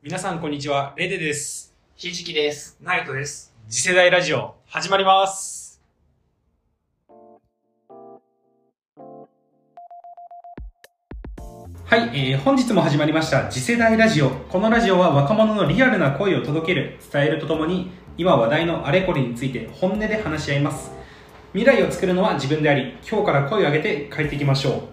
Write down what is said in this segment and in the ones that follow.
皆さんこんにちは、レデです。 ひじきです。 ナイトです。 次世代ラジオ始まります。はい、本日も始まりました次世代ラジオ。このラジオは若者のリアルな声を届ける、伝えるとともに今話題のあれこれについて本音で話し合います。未来を作るのは自分であり、今日から声を上げて変えていきましょう。はい、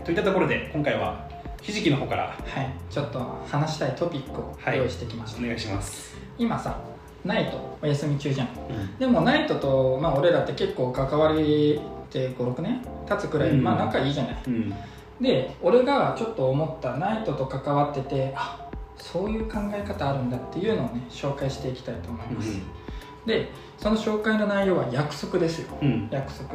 といったところで今回はひじきの方からちょっと話したいトピックを用意してきました。 お願いします。 今さ、ナイトお休み中じゃん。でもナイトと、俺らって結構関わりって5、6年経つくらい、仲いいじゃない。で、俺がちょっと思ったナイトと関わってて、そういう考え方あるんだっていうのをね、紹介していきたいと思います。で、その紹介の内容は約束ですよ。約束。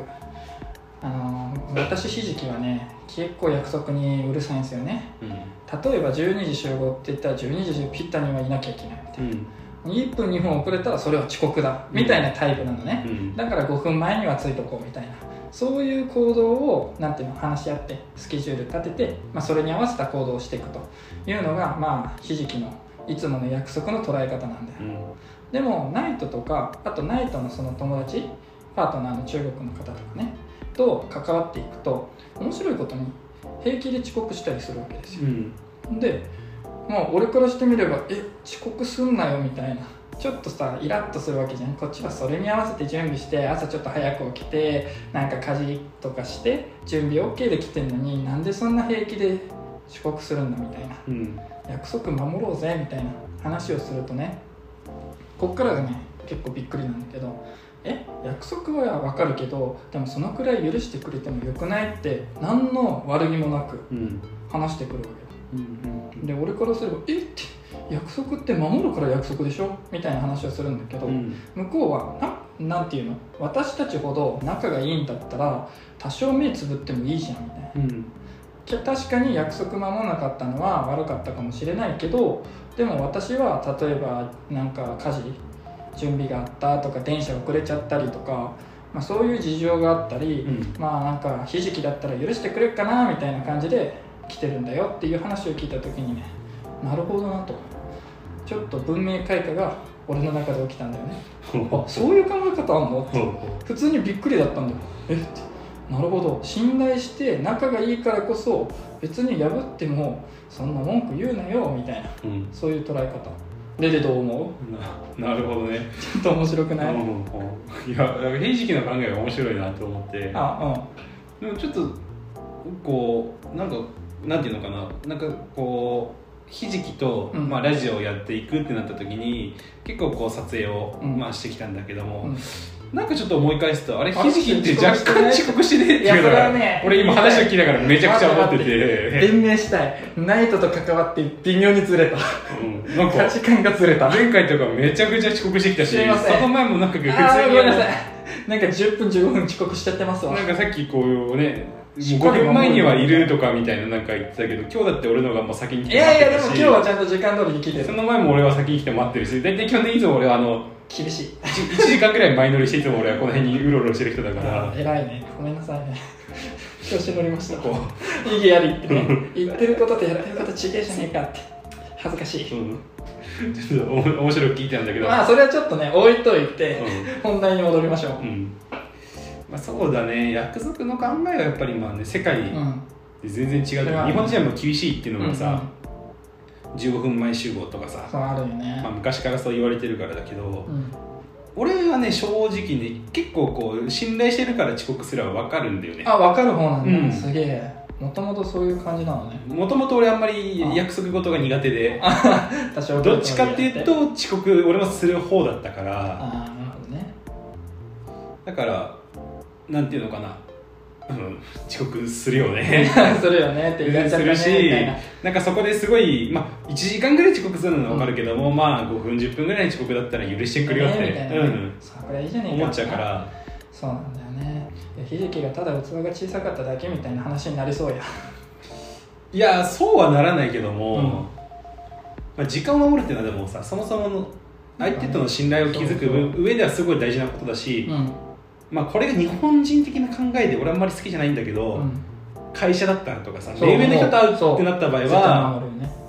私ひじきはね、結構約束にうるさいんですよね。例えば12時集合って言ったら12時ぴったりにはいなきゃいけないみたいな、1分2分遅れたらそれは遅刻だみたいなタイプなのね。だから5分前にはついとこうみたいな、そういう行動を話し合ってスケジュール立てて、それに合わせた行動をしていくというのが、ひじきのいつもの約束の捉え方なんだよ。でもナイトとか、あとナイトのその友達、パートナーの中国の方とかねと関わっていくと、面白いことに平気で遅刻したりするわけですよ。で、俺からしてみれば遅刻すんなよみたいな、ちょっとさイラッとするわけじゃん。こっちはそれに合わせて準備して、朝ちょっと早く起きて家事とかして準備 OK で来てんのに、なんでそんな平気で遅刻するんだみたいな、約束守ろうぜみたいな話をするとね、こっからがね結構びっくりなんだけど、約束は分かるけど、でもそのくらい許してくれてもよくないって何の悪気もなく話してくるわけよ。で、俺からすればって約束って守るから約束でしょみたいな話をするんだけど、向こうはなんていうの、私たちほど仲がいいんだったら多少目つぶってもいいじゃんみたいな、確かに約束守らなかったのは悪かったかもしれないけど、でも私は例えば家事準備があったとか、電車遅れちゃったりとか、そういう事情があったり、ひじきだったら許してくれるかなみたいな感じで来てるんだよっていう話を聞いた時にね、なるほどなと、ちょっと文明開化が俺の中で起きたんだよね。そういう考え方あんのって普通にびっくりだったんだよ。ってなるほど、信頼して仲がいいからこそ別に破ってもそんな文句言うなよみたいな、そういう捉え方。レデどう思う？なるほどね。 ちょっと面白くない？ いや、ひじきの考えが面白いなと思って。でもちょっとこうなんていうのかな、ひじきと、ラジオをやっていくってなった時に結構こう撮影を、してきたんだけども、ちょっと思い返すと、あれひじきって若干遅刻してねっていうのが、俺今話を聞きながらめちゃくちゃ思ってて、 弁明したい。ナイトと関わって微妙にずれた、価値観がずれた。 前回とかめちゃくちゃ遅刻してきたし、その前も普通にごめんなさい、10分15分遅刻しちゃってますわ。 さっきこうね、5分前にはいるとかみたいな言ってたけど、今日だって俺のがもう先に来て待ってるし、 でも今日はちゃんと時間通りに来てる。 その前も俺は先に来て待ってるし、大体基本的にいつも俺は厳しい 1時間くらい前乗りして、いつも俺はこの辺にうろうろしてる人だから。 偉いね、ごめんなさいね。調子乗りました。意義ありってね、言ってることとやってること違えじゃねえかって恥ずかしい。ちょっと面白く聞いてたんだけど、 それはちょっとね置いといて、本題に戻りましょう。 そうだね、約束の考えはやっぱり世界で全然違う、日本人はもう厳しいっていうのがさ、15分前集合とかさ、 あるよね。 昔からそう言われてるからだけど、俺はね正直ね、結構こう信頼してるから遅刻すら分かるんだよね。 分かる方なんだ、すげえ。もともとそういう感じなのね。 もともと俺あんまり約束事が苦手で、どっちかっていうと遅刻俺もする方だったから、 なるほどね。 だからなんていうのかな、遅刻するよねするよねって言っちゃったねみたいな。 そこですごい、1時間ぐらい遅刻するのは分かるけども、5分10分ぐらいの遅刻だったら許してくれよって、 それいいじゃねえか思っちゃうから。 そうなんだよね。ひじきがただ器が小さかっただけみたいな話になりそうや。 いや、そうはならないけども、時間を守るっていうのはでもさ、そもそもの相手との信頼を築く上ではすごい大事なことだし、これが日本人的な考えで俺あんまり好きじゃないんだけど、会社だったらとかさ、目上の人と会うってなった場合は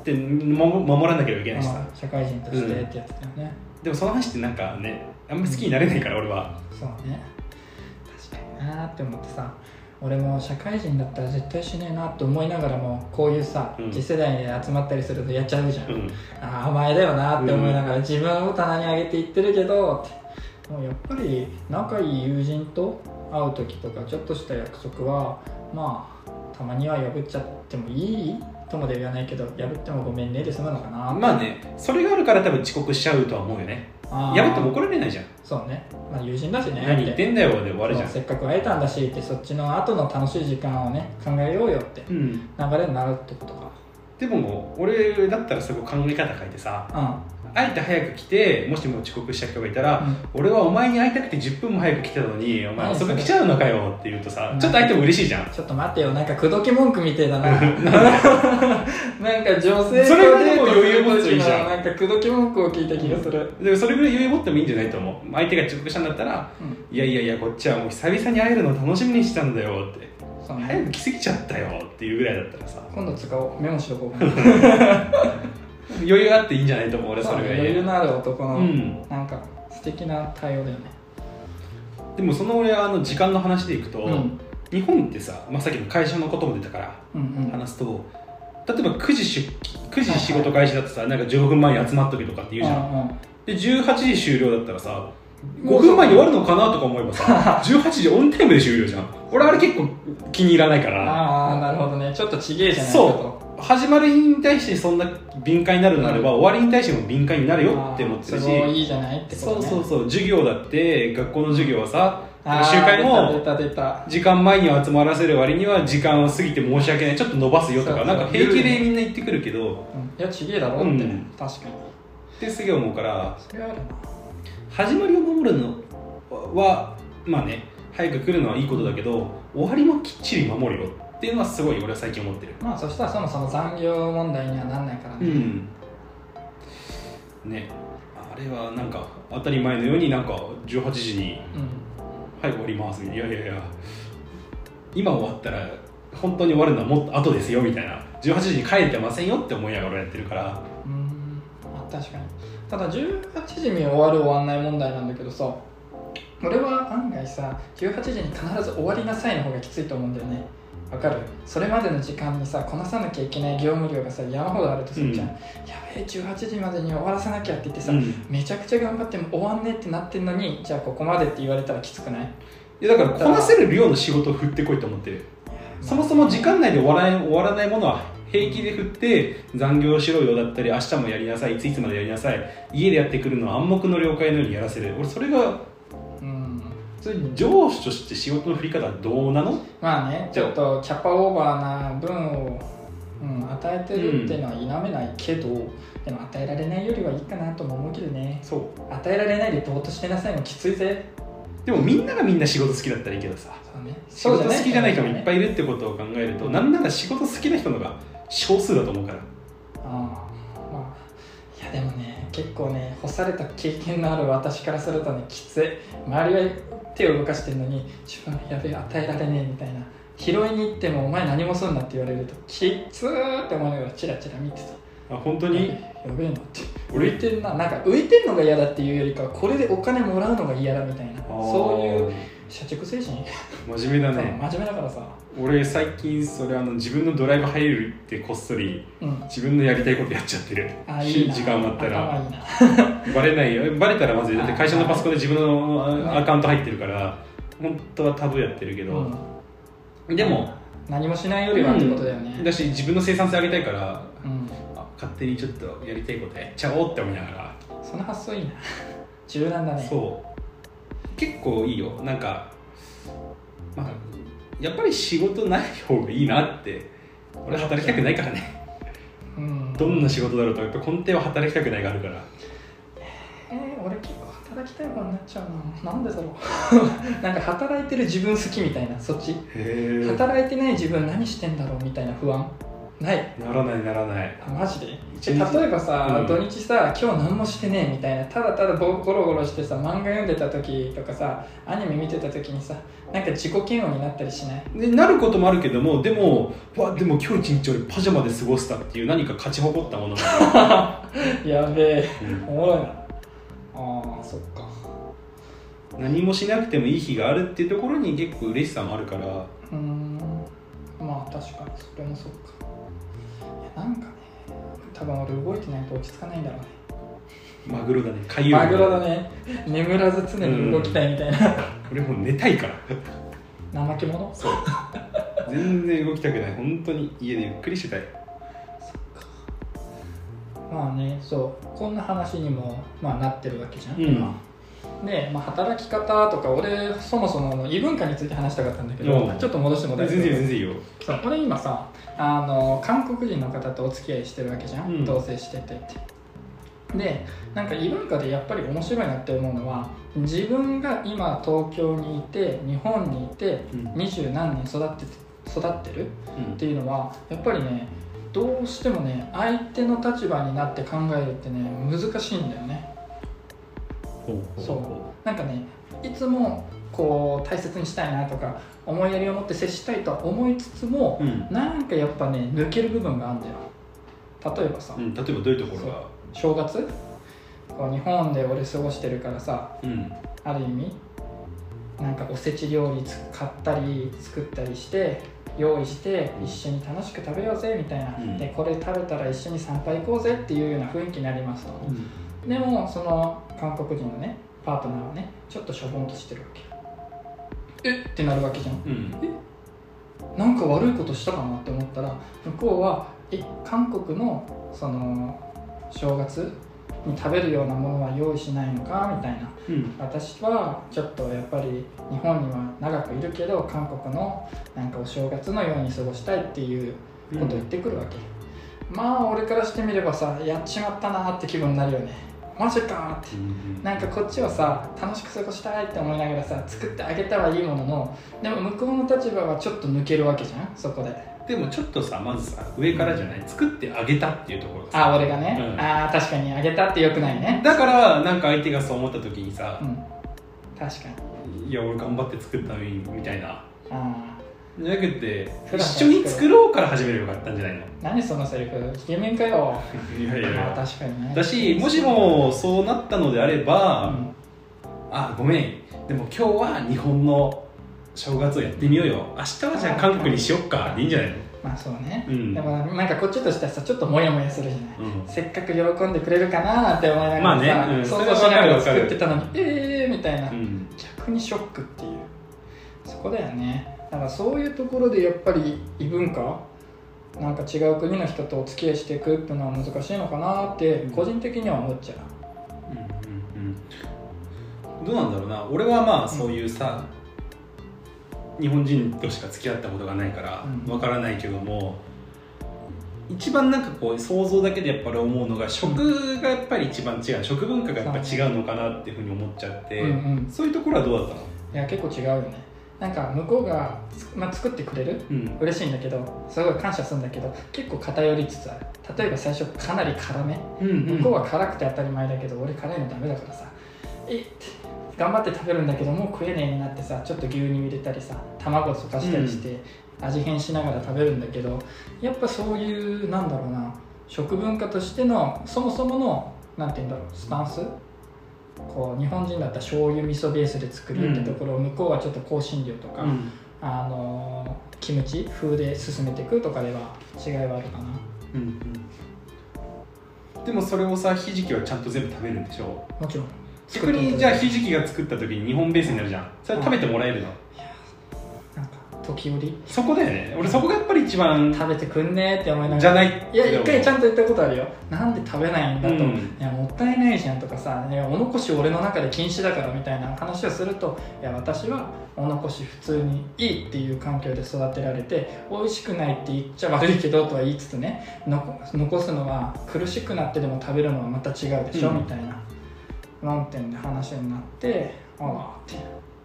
って守らなければいけないしさ、 社会人としてってやつだよね、 でもその話ってなんかねあんまり好きになれないから俺は。 そうね、確かになーって思ってさ、俺も社会人だったら絶対しねえなと思いながらもこういうさ、次世代で集まったりするとやっちゃうじゃん、ああお前だよなって思いながら自分を棚に上げていってるけどってもうやっぱり仲いい友人と会う時とかちょっとした約束はまあたまには破っちゃってもいいともで言わないけど破ってもごめんねで済むのかな。 まあね、それがあるから多分遅刻しちゃうとは思うよね。破っても怒られないじゃん。 そうね、まあ、友人だしね、 何言ってんだよで終わるじゃん。 せっかく会えたんだしってそっちの後の楽しい時間をね考えようよって流れになるってことか。 でも俺だったらそこ考え方変えてさ、あえて早く来てもしも遅刻した人がいたら、俺はお前に会いたくて10分も早く来たのにお前遅く来ちゃうのかよって言うとさ、ちょっと相手も嬉しいじゃん。 ちょっと待ってよ、なんか口説き文句みてえだななんか女性とデートする時のなんか口説き文句を聞いた気がする、 でもそれぐらい余裕持ってもいいんじゃないと思う。相手が遅刻したんだったら、いやいやいやこっちはもう久々に会えるの楽しみにしたんだよって、早く来すぎちゃったよっていうぐらいだったらさ、 今度使おう、メモしとこう余裕があっていいんじゃないと思う俺。それぐらい余裕のある男の、なんか素敵な対応だよね。 でもその俺時間の話でいくと、日本ってさ、さっきの会社のことも出たから話すと、例えば9時仕事開始だとさ、なんか15分前に集まっとけとかって言うじゃん、で18時終了だったらさ5分前に終わるのかなとか思えばさ18時オンタイムで終了じゃん。俺あれ結構気に入らないから。 ああなるほどね、ちょっとちげえじゃないかと。始まりに対してそんな敏感になるのであれば、終わりに対しても敏感になるよって思ってるし、 それいいじゃないってことね。 そう授業だって学校の授業はさ、集会も時間前には集まらせる割には時間を過ぎて申し訳ない、ちょっと伸ばすよとかなんか平気でみんな言ってくるけど、 いやちげえだろって、確かにってすげえ思うから、 それあるな。 始まりを守るのはまあね早く来るのはいいことだけど、終わりもきっちり守るよっていうのはすごい俺は最近思ってる。 まあそしたらそもそも残業問題にはなんないからね。 ね、あれはなんか当たり前のようになんか18時に、はい終わりますみたいな、いや今終わったら本当に終わるのはもっと後ですよみたいな、18時に帰ってませんよって思いながらやってるから。 確かに。ただ18時に終わる終わんない問題なんだけどさ、俺は案外さ18時に必ず終わりなさいの方がきついと思うんだよね。わかる？それまでの時間にさこなさなきゃいけない業務量がさ山ほどあるとするじゃん、やべえ18時までに終わらせなきゃって言ってさ、めちゃくちゃ頑張っても終わんねってなってんのに、じゃあここまでって言われたらきつくない？ いやだからこなせる量の仕事を振ってこいと思ってる。そもそも時間内で終わらないものは平気で振って残業しろよだったり、明日もやりなさい、いつまでやりなさい、家でやってくるのは暗黙の了解のようにやらせる。俺それがそれ上司として仕事の振り方はどうなの？ まあね、ちょっとキャパオーバーな分を、与えてるっていうのは否めないけど、でも与えられないよりはいいかなとも思うけどね。与えられないでぼーっとしてなさいもきついぜ。でもみんながみんな仕事好きだったらいいけどさ、仕事好きじゃない人もいっぱいいるってことを考えると、なんなら仕事好きな人のが少数だと思うから。 いやでもね結構ね干された経験のある私からするとねきつい。周りは手を動かしてるのに自分やべえ与えられねえみたいな、拾いに行ってもお前何もすんなって言われるときつーって思いながらチラチラ見てた。 本当にやべえなって浮いてんな、なんか浮いてんのが嫌だっていうよりかこれでお金もらうのが嫌だみたいな、そういう社畜精神。 真面目だね。 真面目だからさ。俺最近それ自分のドライブ入るってこっそり、自分のやりたいことやっちゃってる。時間あったらバレないよ。バレたらまずい。だって会社のパソコンで自分のアカウント入ってるから本当はタブーやってるけど、でも何もしないよりはってことだよね。 だし自分の生産性上げたいから、勝手にちょっとやりたいことやっちゃおうって思いながら。 その発想いいな。柔軟だね。 そう結構いいよ。なんかやっぱり仕事ない方がいいなって。俺働きたくないからね。どんな仕事だろうとやっぱ根底は働きたくないがあるから。 俺結構働きたい方になっちゃうな。なんでだろうなんか働いてる自分好きみたいな、そっち。働いてない自分何してんだろうみたいな不安。 ないならないあマジで例えばさ、土日さ今日何もしてねえみたいなただただゴロゴロしてさ漫画読んでた時とかさアニメ見てた時にさなんか自己嫌悪になったりしないでなることもあるけどもでも今日一日俺パジャマで過ごしたっていう何か勝ち誇ったものがやべえ、おもろいなあそっか何もしなくてもいい日があるっていうところに結構嬉しさもあるからまあ確かにそれもそっかいやなんかね多分俺動いてないと落ち着かないんだろうねマグロだねマグロだね眠らず常に動きたいみたいな、 俺もう寝たいから怠け者そう全然動きたくない本当に家でゆっくりしてたいそっかまあねそうこんな話にも、まあ、なってるわけじゃん、で、働き方とか俺そもそもの異文化について話したかったんだけどちょっと戻してもらえる全然いいよそう俺今さ韓国人の方とお付き合いしてるわけじゃん、同棲しててってでなんか異文化でやっぱり面白いなって思うのは自分が今東京にいて日本にいて20何年育ってるっていうのはやっぱりねどうしてもね相手の立場になって考えるってね難しいんだよねそうなんかねいつもこう大切にしたいなとか思いやりを持って接したいとは思いつつも、なんかやっぱね抜ける部分があるんだよ例えばさ、 例えばどういうところが正月こう日本で俺過ごしてるからさ、ある意味なんかおせち料理買ったり作ったりして用意して一緒に楽しく食べようぜみたいな、でこれ食べたら一緒に参拝行こうぜっていうような雰囲気になりますと、でもその韓国人のねパートナーはねちょっとしょぼんとしてるわけってなるわけじゃん、なんか悪いことしたかなって思ったら向こうは韓国のその正月に食べるようなものは用意しないのかみたいな、私はちょっとやっぱり日本には長くいるけど韓国のなんかお正月のように過ごしたいっていうことを言ってくるわけ、まあ俺からしてみればさやっちまったなって気分になるよねマジかって、なんかこっちはさ楽しく過ごしたいって思いながらさ作ってあげたはいいもののでも向こうの立場はちょっと抜けるわけじゃんそこででもちょっとさまずさ上からじゃない、作ってあげたっていうところさ俺がね、確かにあげたってよくないねだからなんか相手がそう思った時にさ、 確かにいや俺頑張って作ったのにみたいなじゃなくて一緒に作ろうから始めればよかったんじゃないの何そのセリフイケメンかよいや確かにねだしもしもそうなったのであれば、ごめんでも今日は日本の正月をやってみようよ明日はじゃあ韓国にしよっかでいいんじゃないのまあそうね、でもなんかこっちとしてはさちょっとモヤモヤするじゃない、せっかく喜んでくれるかなって思いながらさ、想像しながら作ってたのにみたいな、逆にショックっていうそこだよねだからそういうところでやっぱり異文化なんか違う国の人とお付き合いしていくっていうのは難しいのかなって個人的には思っちゃう、どうなんだろうな俺はまあそういうさ、日本人としか付き合ったことがないからわからないけども、一番なんかこう想像だけでやっぱり思うのが食がやっぱり一番違う食文化がやっぱ違うのかなっていうふうに思っちゃって、そういうところはどうだったの？ いや結構違うよねなんか向こうが、作ってくれる、嬉しいんだけどすごい感謝するんだけど結構偏りつつある例えば最初かなり辛め、向こうは辛くて当たり前だけど俺辛いのダメだからさ頑張って食べるんだけどもう食えねえになってさちょっと牛乳入れたりさ卵溶かしたりして、味変しながら食べるんだけどやっぱそういうなんだろうな食文化としてのそもそものなんていうんだろうスタンスこう日本人だったら醤油味噌ベースで作るってところを向こうはちょっと香辛料とか、キムチ風で進めていくとかでは違いはあるかな、 でもそれをさひじきはちゃんと全部食べるんでしょ？ もちろん逆にじゃあひじきが作った時に日本ベースになるじゃんそれ食べてもらえるの？ なんか時折そこだよね俺そこがやっぱり一番食べてくんねって思いながらじゃないいや一回ちゃんと言ったことあるよなんで食べないんだと、いやもったいないじゃんとかさお残し俺の中で禁止だからみたいな話をするといや私はお残し普通にいいっていう環境で育てられて美味しくないって言っちゃ悪いけどとは言いつつね残すのは苦しくなってでも食べるのはまた違うでしょ、みたいな論点で話になってあらって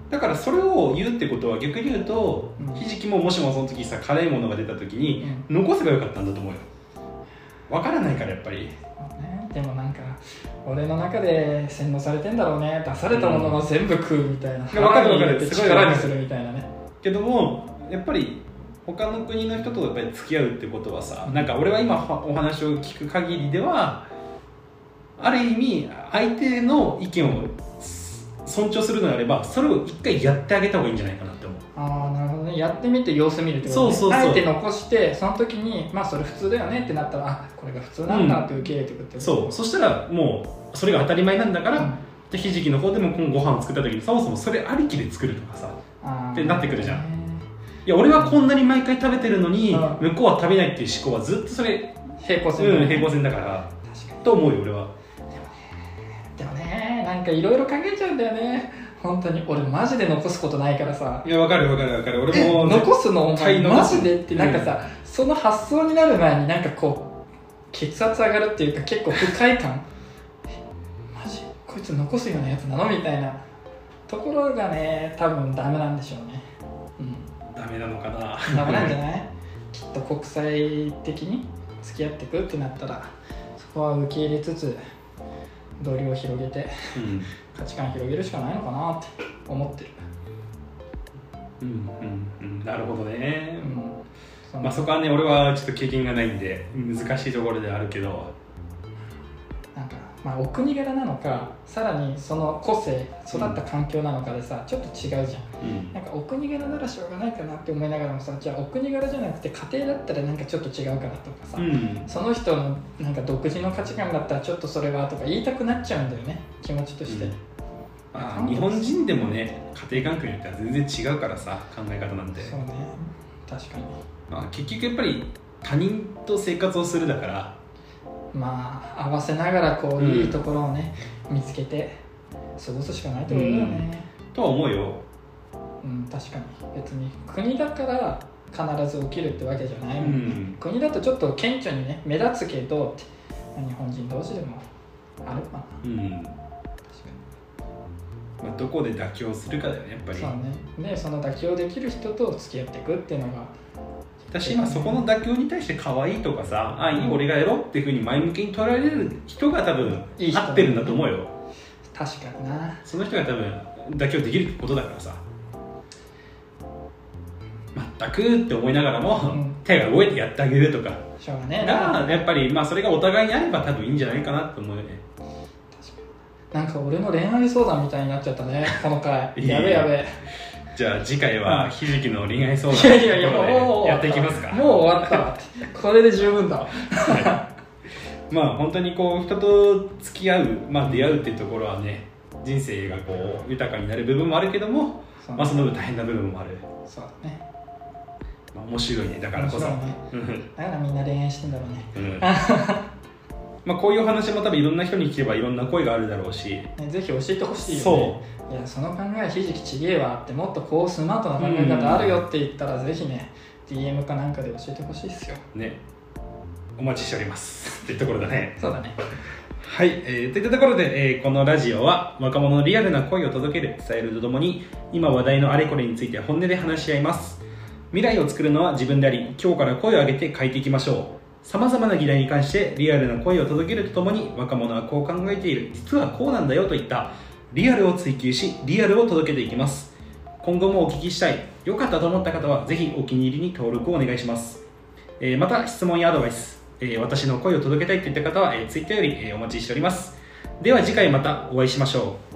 だからそれを言うってことは逆に言うと、ひじきももしもその時さ辛いものが出た時に残せばよかったんだと思うよ。分からないからやっぱり、 でもなんか俺の中で洗脳されてんだろうね。出されたものを全部食うみたいな、 分かる分かる、 力にするみたいなね。 けどもやっぱり他の国の人とやっぱり付き合うってことはさ、なんか俺は今お話を聞く限りではある意味相手の意見を尊重するのであればそれを一回やってあげた方がいいんじゃないかなって思う。 ああ、なるほどね。やってみて様子見るってことね。そうあえて残してその時にまあそれ普通だよねってなったら、あ、これが普通なんだって受け入れていくってこと、 そしたらもうそれが当たり前なんだから、でひじきの方でも今後ご飯を作った時にそもそもそれありきで作るとかさってなってくるじゃん。いや俺はこんなに毎回食べてるのに向こうは食べないっていう思考はずっとそれ平行線、 平行線だからと思うよ俺は。 でもね、なんかいろいろ考えちゃうんだよね本当に。俺マジで残すことないからさ。 いや分かる分かる分かる。俺も残すのお前マジでってなんかさ、その発想になる前になんかこう血圧上がるっていうか結構不快感マジこいつ残すようなやつなのみたいなところがね多分ダメなんでしょうね。 ダメなのかな。 ダメなんじゃないきっと国際的に付き合っていくってなったらそこは受け入れつつ道理を広げて、価値観広げるしかないのかなって思ってる。 なるほどね。まあそこはね俺はちょっと経験がないんで難しいところではあるけど、 なんかまあお国柄なのかさらにその個性育った環境なのかでさ、ちょっと違うじゃん、なんかお国柄ならしょうがないかなって思いながらもさ、じゃあお国柄じゃなくて家庭だったらなんかちょっと違うかなとかさ、その人のなんか独自の価値観だったらちょっとそれはとか言いたくなっちゃうんだよね、気持ちとして、 日本人でもね家庭環境によっては全然違うからさ、考え方なんて。 そうね、確かに。 結局やっぱり他人と生活をするだから、 まあ合わせながらこういいところをね、見つけて過ごすしかないってことだよね、 とは思うよ。 確かに。別に国だから必ず起きるってわけじゃないもんね、国だとちょっと顕著にね目立つけどって日本人同士でもあるかな。確かに。 どこで妥協するかだよねやっぱり。 そうね。でその妥協できる人と付き合っていくっていうのが、 私今そこの妥協に対して可愛いとかさ、いい俺がやろうっていうふうに前向きに捉えられる人が多分合ってるんだと思うよ。 確かにな。 その人が多分妥協できることだからさ、全くって思いながらも、手が動いてやってあげるとかしょうがねえながやっぱりそれがお互いにあれば多分いいんじゃないかなと思うよね。 なんか俺の恋愛相談みたいになっちゃったねこの回。やべやべ。 じゃあ次回はひじきの恋愛相談もうやっていきますか。 もう終わったこれで十分だ。 本当にこう人と付き合う、出会うっていうところはね、人生がこう豊かになる部分もあるけども、その分大変な部分もある。 そうだね。 面白いね、だからこそ。 だからみんな恋愛してんだろうね。 こういう話も多分いろんな人に聞けばいろんな声があるだろうし、 ぜひ教えてほしいよね。いやその考えひじきちげえわって、もっとこうスマートな考え方あるよって言ったらぜひね DM かなんかで教えてほしいですよね。お待ちしておりますっていうところだね。 そうだね。 はい、といったところで、このラジオは若者のリアルな声を届ける、伝えるとともに今話題のあれこれについて本音で話し合います。未来を作るのは自分であり、今日から声を上げて変えていきましょう。さまざまな議題に関してリアルな声を届けるとともに、若者はこう考えている、実はこうなんだよといったリアルを追求し、リアルを届けていきます。今後もお聞きしたい、良かったと思った方はぜひお気に入りに登録をお願いします。また質問やアドバイス、私の声を届けたいといった方は、Twitter より、お待ちしております。では次回またお会いしましょう。